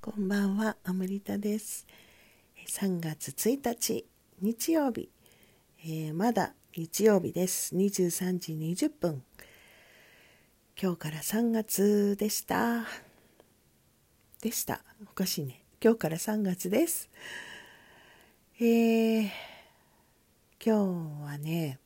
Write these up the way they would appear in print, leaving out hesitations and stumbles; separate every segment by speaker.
Speaker 1: こんばんは、アムリタです。3月1日、日曜日。まだ日曜日です。23時20分。今日から3月でした。おかしいね。今日から3月です。今日はね、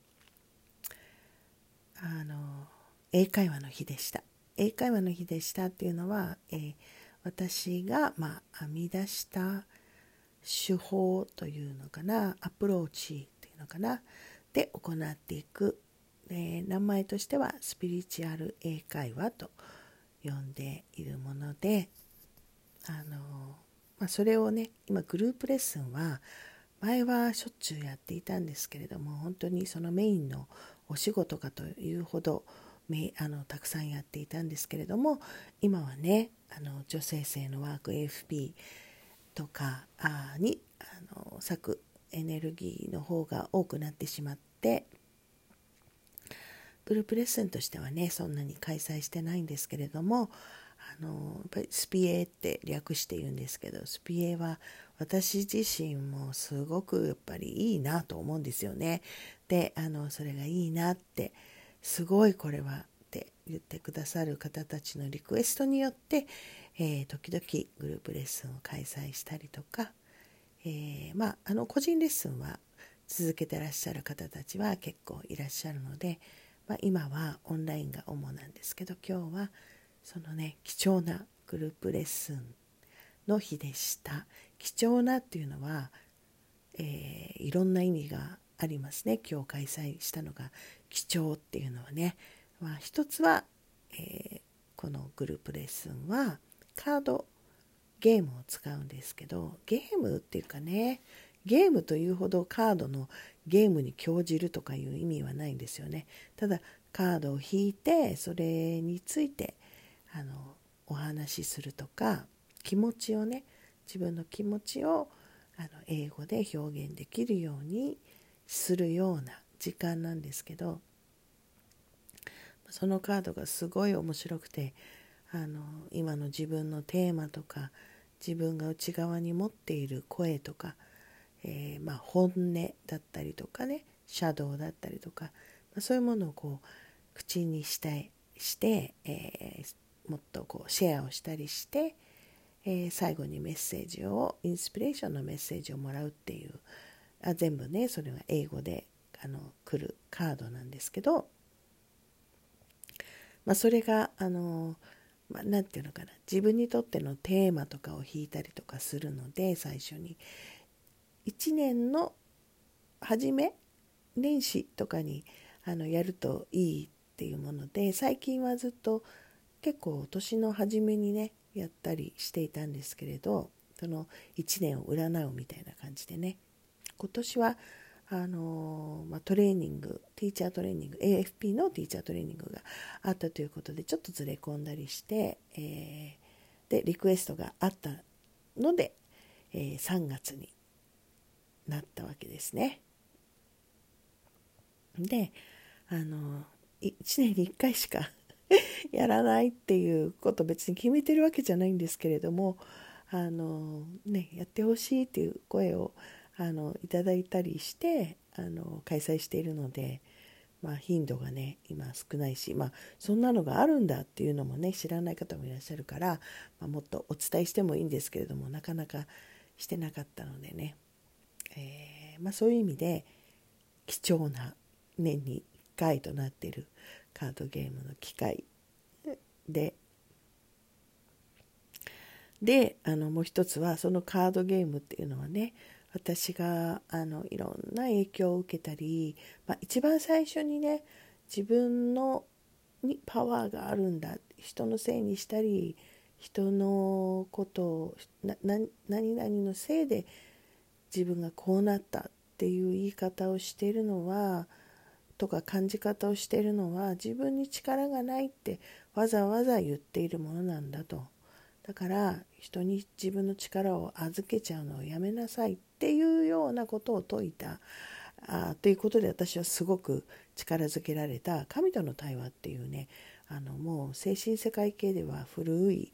Speaker 1: 英会話の日でした。英会話の日でしたっていうのは、私が、編み出した手法というのかな、アプローチっていうのかな、で行っていく、名前としてはスピリチュアル英会話と呼んでいるもので、それをね、今グループレッスンは前はしょっちゅうやっていたんですけれども、本当にそのメインのお仕事かというほどたくさんやっていたんですけれども、今はね、女性性のワーク AFP とかに割くエネルギーの方が多くなってしまって、グループレッスンとしてはねそんなに開催してないんですけれども、やっぱりスピエって略して言うんですけど、スピエは私自身もすごくやっぱりいいなと思うんですよね。でそれがいいなって、すごいこれはって言ってくださる方たちのリクエストによって、時々グループレッスンを開催したりとか、個人レッスンは続けてらっしゃる方たちは結構いらっしゃるので、今はオンラインが主なんですけど、今日はそのね貴重なグループレッスンの日でした。貴重なっていうのは、いろんな意味がありますね。今日開催したのが貴重っていうのはね、一つは、このグループレッスンはカードゲームを使うんですけど、ゲームっていうかね、ゲームというほどカードのゲームに興じるとかいう意味はないんですよね。ただカードを引いてそれについてお話しするとか、気持ちをね、自分の気持ちを英語で表現できるようにするような時間なんですけど、そのカードがすごい面白くて、今の自分のテーマとか、自分が内側に持っている声とか、本音だったりとかね、シャドウだったりとか、そういうものをこう口にして、もっとこうシェアをしたりして、最後にメッセージを、インスピレーションのメッセージをもらうっていう、全部ねそれが英語で来るカードなんですけど、それがなんていうのかな、自分にとってのテーマとかを引いたりとかするので、最初に1年の初め年始とかにやるといいっていうもので、最近はずっと結構年の初めにねやったりしていたんですけれど、その1年を占うみたいな感じでね、今年はトレーニング、ティーチャートレーニング、 AFP のティーチャートレーニングがあったということで、ちょっとずれ込んだりして、でリクエストがあったので、3月になったわけですね。で1年に1回しかやらないっていうこと別に決めてるわけじゃないんですけれども、やってほしいっていう声をいただいたりして開催しているので、頻度がね今少ないし、そんなのがあるんだっていうのもね知らない方もいらっしゃるから、もっとお伝えしてもいいんですけれども、なかなかしてなかったのでね、そういう意味で貴重な年に1回となっているカードゲームの機会でもう一つは、そのカードゲームっていうのはね、私がいろんな影響を受けたり、一番最初にね自分のにパワーがあるんだ、人のせいにしたり、人のことを何々のせいで自分がこうなったっていう言い方をしているのは、とか感じ方をしているのは、自分に力がないってわざわざ言っているものなんだと。だから人に自分の力を預けちゃうのをやめなさいっていうようなことを説いたということで、私はすごく力づけられた神との対話っていうね、もう精神世界系では古い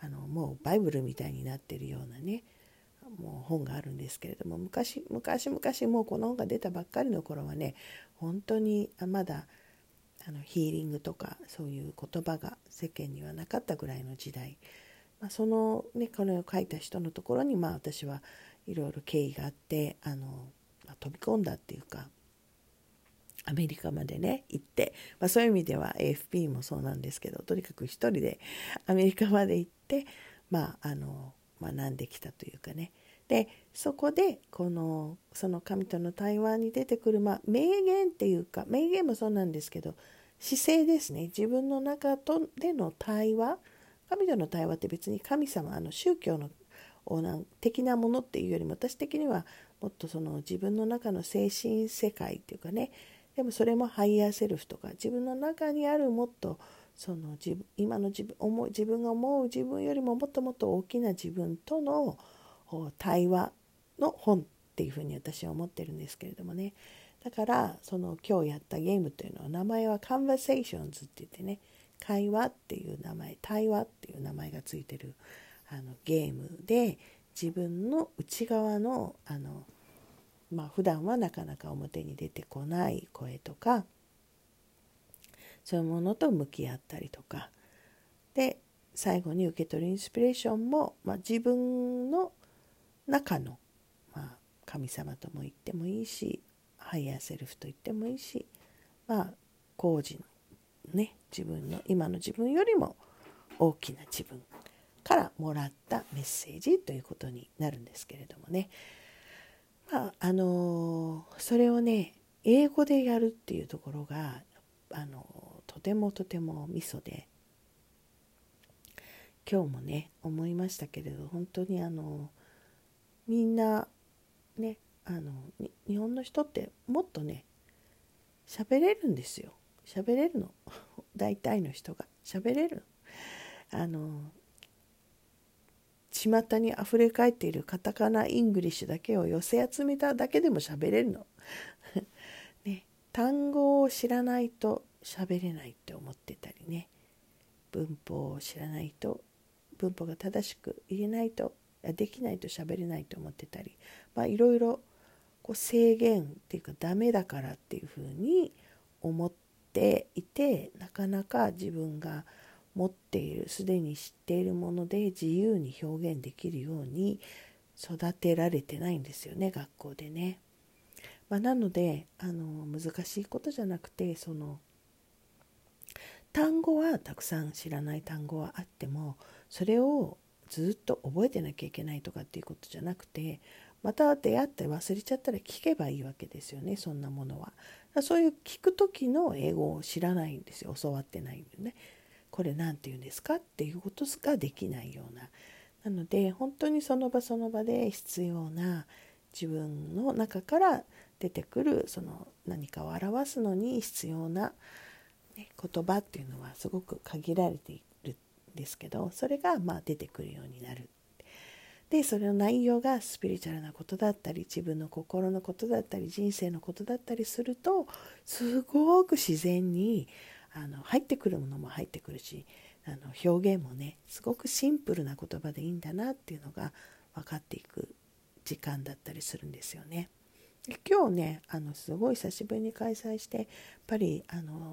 Speaker 1: もうバイブルみたいになってるようなねもう本があるんですけれども、昔もうこの本が出たばっかりの頃はね、本当にまだヒーリングとかそういう言葉が世間にはなかったぐらいの時代、そのねこの絵を描いた人のところに私はいろいろ経緯があって飛び込んだっていうかアメリカまでね行って、そういう意味では AFP もそうなんですけど、とにかく一人でアメリカまで行って学んできたというかね。でそこでその神との対話に出てくる、名言っていうか、名言もそうなんですけど姿勢ですね。自分の中での対話、神との対話って別に神様宗教の的なものっていうよりも、私的にはもっとその自分の中の精神世界っていうかね、でもそれもハイヤーセルフとか自分の中にあるもっとその今の自分が思う自分よりももっともっと大きな自分との対話の本っていうふうに私は思ってるんですけれどもね。だからその今日やったゲームというのは名前は Conversations って言ってね、会話っていう名前、対話っていう名前がついてるゲームで、自分の内側の普段はなかなか表に出てこない声とかそういうものと向き合ったりとかで、最後に受け取るインスピレーションも、自分の中の、神様とも言ってもいいし、ハイヤーセルフと言ってもいいし、工事のね自分の今の自分よりも大きな自分からもらったメッセージということになるんですけれどもね。それをね英語でやるっていうところがとてもミソで、今日もね思いましたけれど、本当にみんなね日本の人ってもっとね喋れるんですよ。喋れるの大体の人が喋れる。巷にあふれかえっているカタカナイングリッシュだけを寄せ集めただけでも喋れるの、ね、単語を知らないと喋れないって思ってたりね、文法を知らないと文法が正しく言えないとできないと喋れないと思ってたり、いろいろ制限っていうかダメだからっていうふうに思っていて、なかなか自分が持っているすでに知っているもので自由に表現できるように育てられてないんですよね、学校でね。なので難しいことじゃなくて、その単語はたくさん知らない単語はあってもそれをずっと覚えてなきゃいけないとかっていうことじゃなくて、また出会って忘れちゃったら聞けばいいわけですよね、そんなものは。そういう聞く時の英語を知らないんですよ、教わってないんでね。これなんて言うんですかっていうことができないような。なので本当にその場その場で必要な自分の中から出てくるその何かを表すのに必要な、言葉っていうのはすごく限られているんですけど、それが出てくるようになる。でそれの内容がスピリチュアルなことだったり自分の心のことだったり人生のことだったりすると、すごく自然に入ってくるものも入ってくるし、表現もねすごくシンプルな言葉でいいんだなっていうのが分かっていく時間だったりするんですよね。で今日ねすごい久しぶりに開催して、やっぱり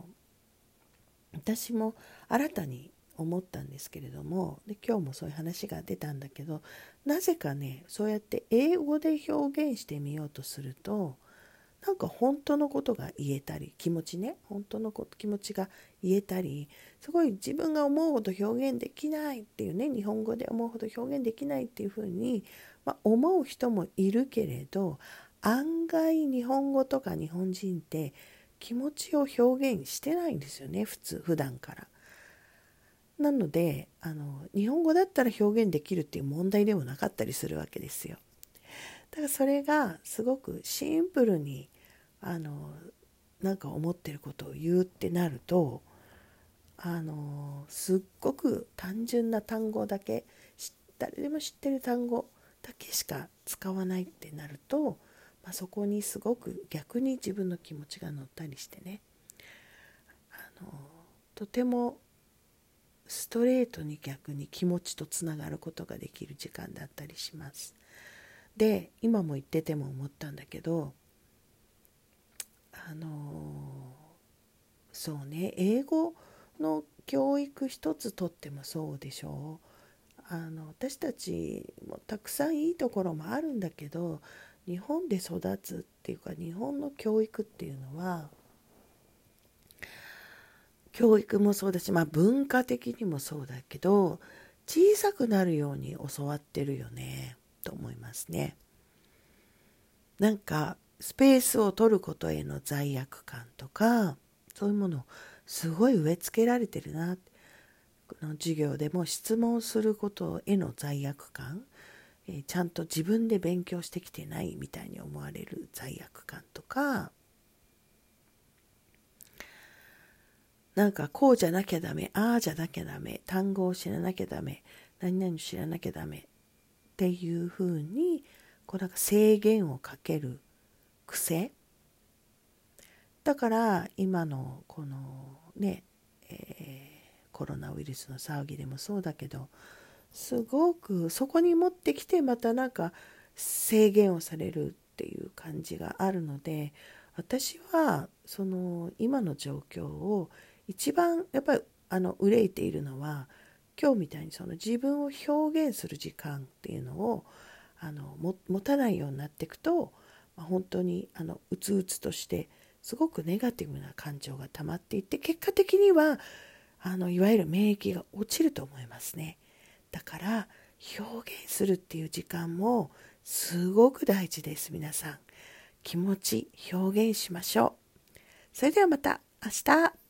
Speaker 1: 私も新たに思ったんですけれども、で今日もそういう話が出たんだけど、なぜかねそうやって英語で表現してみようとすると、なんか本当のことが言えたり、気持ちね、本当の気持ちが言えたり、すごい自分が思うほど表現できないっていうね、日本語で思うほど表現できないっていうふうに、思う人もいるけれど、案外日本語とか日本人って気持ちを表現してないんですよね、普段から。なので日本語だったら表現できるっていう問題でもなかったりするわけですよ。だからそれがすごくシンプルになんか思ってることを言うってなるとすっごく単純な単語だけ、誰でも知ってる単語だけしか使わないってなると、そこにすごく逆に自分の気持ちが乗ったりしてね、とてもストレートに逆に気持ちとつながることができる時間だったりします。で、今も言ってても思ったんだけど、そうね、英語の教育一つとってもそうでしょう。私たちもたくさんいいところもあるんだけど、日本で育つっていうか、日本の教育っていうのは、教育もそうだし、文化的にもそうだけど、小さくなるように教わってるよねと思いますね。なんかスペースを取ることへの罪悪感とか、そういうものをすごい植え付けられてるな。この授業でも質問することへの罪悪感、ちゃんと自分で勉強してきてないみたいに思われる罪悪感とか、なんかこうじゃなきゃダメ、ああじゃなきゃダメ、単語を知らなきゃダメ、何々知らなきゃダメっていうふうに、なんか制限をかける癖。だから今のこのね、コロナウイルスの騒ぎでもそうだけど、すごくそこに持ってきてまたなんか制限をされるっていう感じがあるので、私はその今の状況を一番やっぱり憂いているのは、今日みたいにその自分を表現する時間っていうのを持たないようになっていくと、本当にうつうつとしてすごくネガティブな感情が溜まっていって、結果的にはいわゆる免疫が落ちると思いますね。だから表現するっていう時間もすごく大事です。皆さん気持ち表現しましょう。それではまた明日。